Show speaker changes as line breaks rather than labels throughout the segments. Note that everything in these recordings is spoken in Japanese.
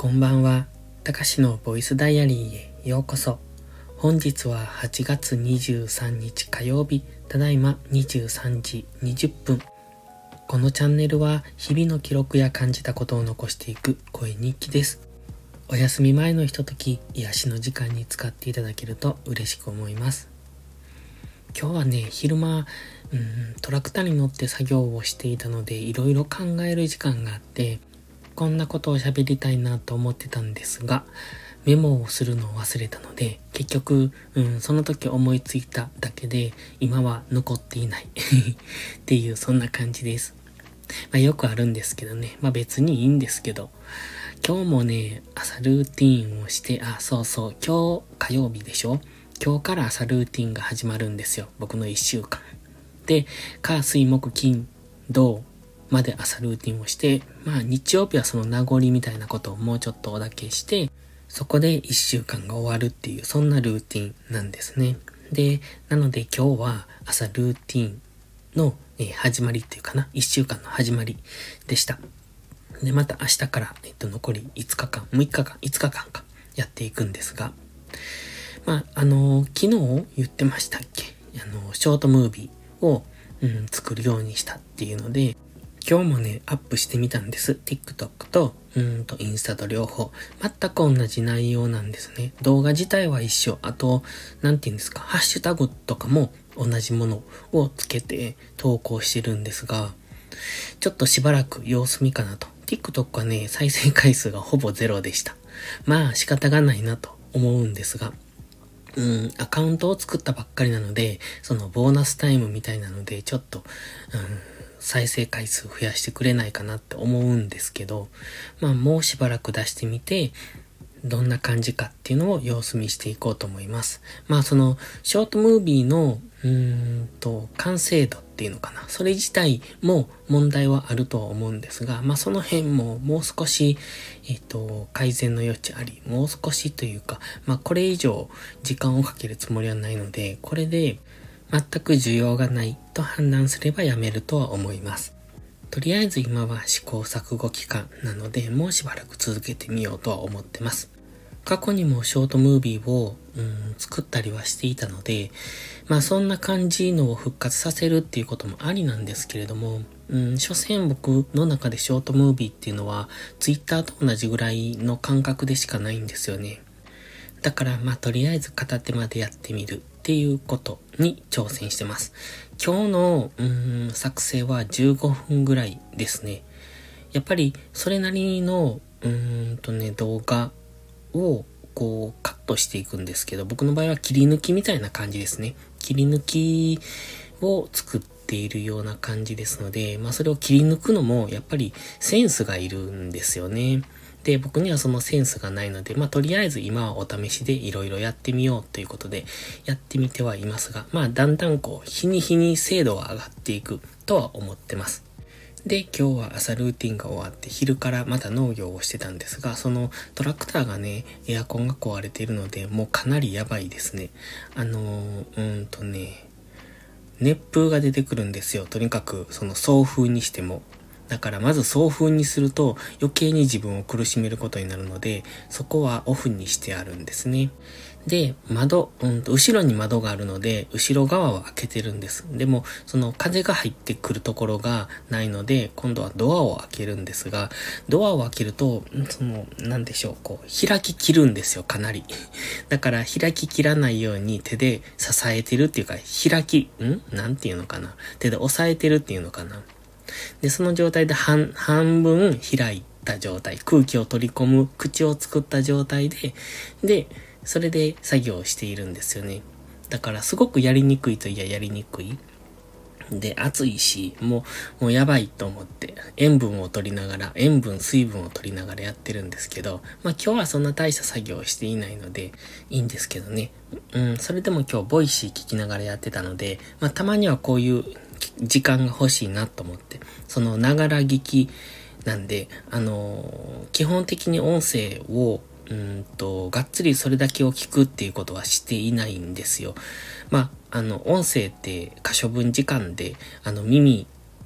こんばんは。たかしのボイスダイアリーへようこそ。本日は8月23日火曜日、ただいま23時20分。このチャンネルは日々の記録や感じたことを残していく声日記です。お休み前のひととき、癒しの時間に使っていただけると嬉しく思います。今日はね、昼間、トラクターに乗って作業をしていたので、いろいろ考える時間があって、こんなことを喋りたいなと思ってたんですが、メモをするのを忘れたので、結局、その時思いついただけで、今は残っていないっていう、そんな感じです。よくあるんですけどね。別にいいんですけど、今日もね、朝ルーティーンをして、今日火曜日でしょ？今日から朝ルーティーンが始まるんですよ。僕の1週間。で、火、水、木、金、土まで朝ルーティンをして、日曜日はその名残みたいなことをもうちょっとだけして、そこで1週間が終わるっていう、そんなルーティンなんですね。で、なので今日は朝ルーティンの、始まりっていうかな、1週間の始まりでした。で、また明日から、残り5日間か、やっていくんですが、昨日言ってましたっけ？ショートムービーを、作るようにしたっていうので、今日もね、アップしてみたんです。TikTok と、インスタと両方。全く同じ内容なんですね。動画自体は一緒。あと、ハッシュタグとかも同じものをつけて投稿してるんですが、ちょっとしばらく様子見かなと。TikTok はね、再生回数がほぼゼロでした。仕方がないなと思うんですが、アカウントを作ったばっかりなので、そのボーナスタイムみたいなので、ちょっと、再生回数増やしてくれないかなって思うんですけど、もうしばらく出してみて、どんな感じかっていうのを様子見していこうと思います。その、ショートムービーの、完成度っていうのかな。それ自体も問題はあるとは思うんですが、その辺ももう少し、改善の余地あり、もう少しというか、これ以上時間をかけるつもりはないので、これで全く需要がないと判断すればやめるとは思います。とりあえず今は試行錯誤期間なので、もうしばらく続けてみようとは思ってます。過去にもショートムービーを、作ったりはしていたので、そんな感じのを復活させるっていうこともありなんですけれども、所詮僕の中でショートムービーっていうのは、ツイッターと同じぐらいの感覚でしかないんですよね。だからとりあえず片手までやってみるっていうことに挑戦してます。今日の作成は15分ぐらいですね。やっぱりそれなりの動画をカットしていくんですけど、僕の場合は切り抜きみたいな感じですね。切り抜きを作っているような感じですので、それを切り抜くのもやっぱりセンスがいるんですよね。で、僕にはそのセンスがないので、とりあえず今はお試しでいろいろやってみようということでやってみてはいますが、だんだん日に日に精度は上がっていくとは思ってます。で、今日は朝ルーティンが終わって昼からまた農業をしてたんですが、そのトラクターがね、エアコンが壊れているので、もうかなりやばいですね。熱風が出てくるんですよ。とにかく、その送風にしても。だからまず送風にすると余計に自分を苦しめることになるので、そこはオフにしてあるんですね。で、後ろに窓があるので、後ろ側は開けてるんです。でも、その風が入ってくるところがないので、今度はドアを開けるんですが、ドアを開けると、開き切るんですよ、かなり。だから、開き切らないように手で支えてるっていうか、手で押さえてるっていうのかな。で、その状態で半分開いた状態、空気を取り込む口を作った状態で、それで作業をしているんですよね。だからすごくやりにくいといややりにくい。で、暑いし、もうやばいと思って、水分を取りながらやってるんですけど、今日はそんな大した作業をしていないので、いいんですけどね。それでも今日ボイシー聞きながらやってたので、たまにはこういう時間が欲しいなと思って、そのながら聞きなんで、基本的に音声をがっつりそれだけを聞くっていうことはしていないんですよ。音声って可処分時間で、耳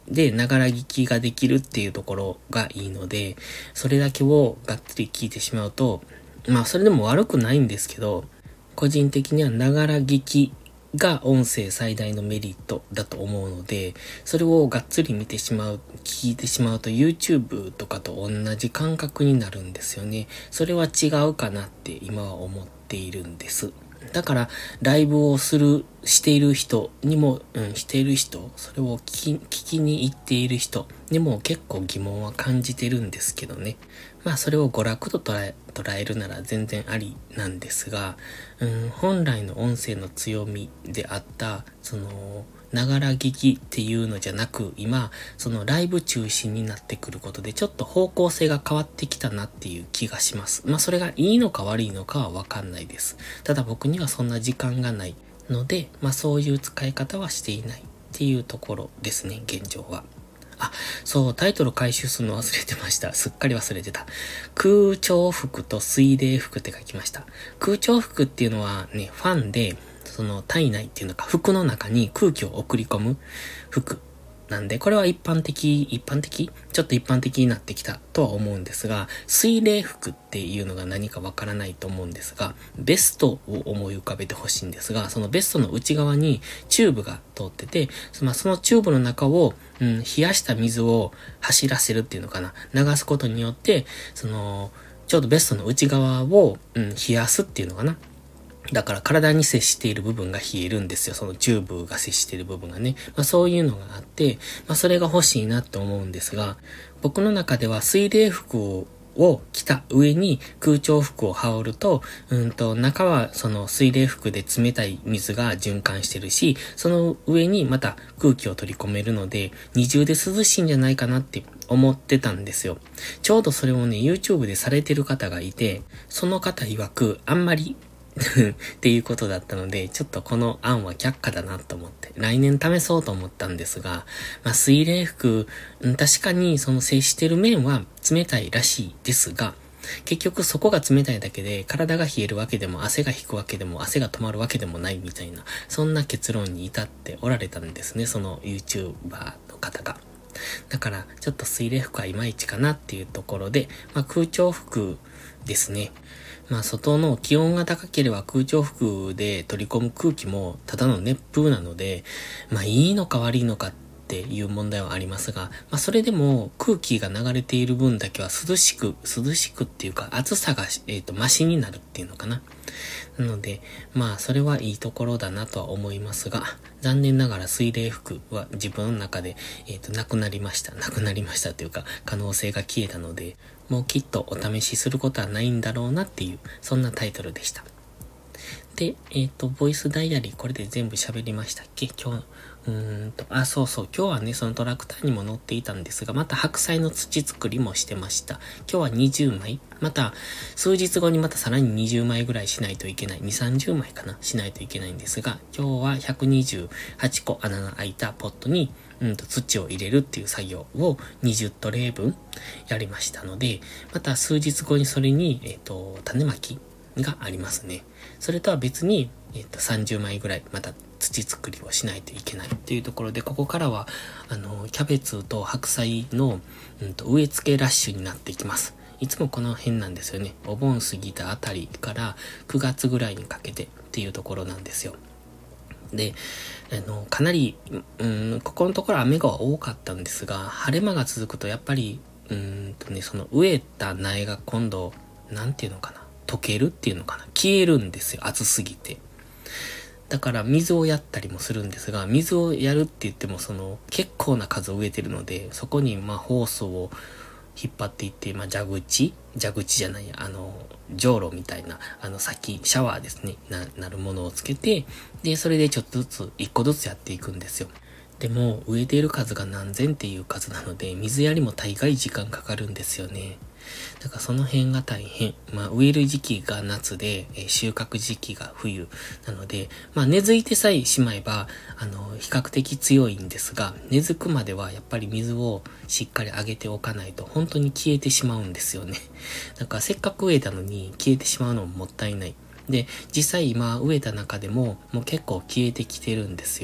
で、ながら聞きができるっていうところがいいので、それだけをがっつり聞いてしまうと、まあそれでも悪くないんですけど、個人的にはながら聞きが音声最大のメリットだと思うので、それをがっつり見てしまう、聞いてしまうと YouTube とかと同じ感覚になるんですよね。それは違うかなって今は思っているんです。だから、ライブをしている人にも、している人、それを聞きに行っている人にも結構疑問は感じてるんですけどね。まあ、それを娯楽と捉えるなら全然ありなんですが、本来の音声の強みであった、ながら聞きっていうのじゃなく、今、そのライブ中心になってくることで、ちょっと方向性が変わってきたなっていう気がします。まあ、それがいいのか悪いのかはわかんないです。ただ僕にはそんな時間がないので、まあ、そういう使い方はしていないっていうところですね、現状は。あ、そう、タイトル回収するの忘れてました。すっかり忘れてた。空調服と水冷服って書きました。空調服っていうのはね、ファンで、その体内っていうのか、服の中に空気を送り込む服なんで、これはちょっと一般的になってきたとは思うんですが、水冷服っていうのが何かわからないと思うんですが、ベストを思い浮かべてほしいんですが、そのベストの内側にチューブが通ってて、そのチューブの中を、冷やした水を走らせるっていうのかな、流すことによって、ちょうどベストの内側を、冷やすっていうのかな。だから体に接している部分が冷えるんですよ。そのチューブが接している部分がね。まあそういうのがあって、まあそれが欲しいなと思うんですが、僕の中では水冷服を着た上に空調服を羽織ると、中はその水冷服で冷たい水が循環してるし、その上にまた空気を取り込めるので、二重で涼しいんじゃないかなって思ってたんですよ。ちょうどそれをね、YouTube でされてる方がいて、その方曰くあんまりっていうことだったので、ちょっとこの案は却下だなと思って、来年試そうと思ったんですが、まあ水冷服、確かにその接してる面は冷たいらしいですが、結局そこが冷たいだけで、体が冷えるわけでも、汗が引くわけでも、汗が止まるわけでもないみたいな、そんな結論に至っておられたんですね、その YouTuber の方が。だから、ちょっと水冷服はいまいちかなっていうところで、まあ空調服ですね。まあ外の気温が高ければ空調服で取り込む空気もただの熱風なので、まあいいのか悪いのかっていう問題はありますが、まあそれでも空気が流れている分だけは涼しくっていうか暑さが、マシになるっていうのかな。なので、まあそれはいいところだなとは思いますが、残念ながら水冷服は自分の中で、なくなりましたというか、可能性が消えたので、もうきっとお試しすることはないんだろうなっていう、そんなタイトルでした。で、ボイスダイアリー、これで全部喋りましたっけ今日、そうそう、今日はね、そのトラクターにも乗っていたんですが、また白菜の土作りもしてました。今日は20枚、また、数日後にまたさらに20枚ぐらいしないといけない、2、30枚かな、しないといけないんですが、今日は128個穴の開いたポットに、土を入れるっていう作業を20トレー分やりましたので、また数日後にそれに、種まきがありますね。それとは別に、30枚ぐらいまた土作りをしないといけないっていうところで、ここからは、キャベツと白菜の、植え付けラッシュになっていきます。いつもこの辺なんですよね。お盆過ぎたあたりから9月ぐらいにかけてっていうところなんですよ。で、かなり、ここのところ雨が多かったんですが、晴れ間が続くとやっぱり、その植えた苗が今度、なんていうのかな。溶けるっていうのかな。消えるんですよ。暑すぎて。だから水をやったりもするんですが、水をやるって言っても結構な数を植えてるので、そこにホースを引っ張っていって、蛇口じゃないや、じょうろみたいな、シャワーですね、なるものをつけて、で、それでちょっとずつ、一個ずつやっていくんですよ。でも、植えている数が何千っていう数なので、水やりも大概時間かかるんですよね。だからその辺が大変。植える時期が夏で、収穫時期が冬なので、根付いてさえしまえば、比較的強いんですが、根付くまではやっぱり水をしっかりあげておかないと本当に消えてしまうんですよね。だからせっかく植えたのに消えてしまうのももったいない。で、実際今植えた中でももう結構消えてきてるんですよ。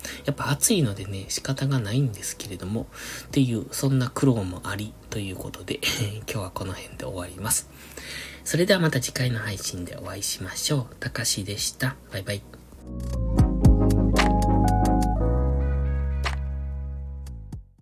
やっぱ暑いのでね、仕方がないんですけれども、っていう、そんな苦労もありということで、今日はこの辺で終わります。それではまた次回の配信でお会いしましょう。たかしでした。バイバイ。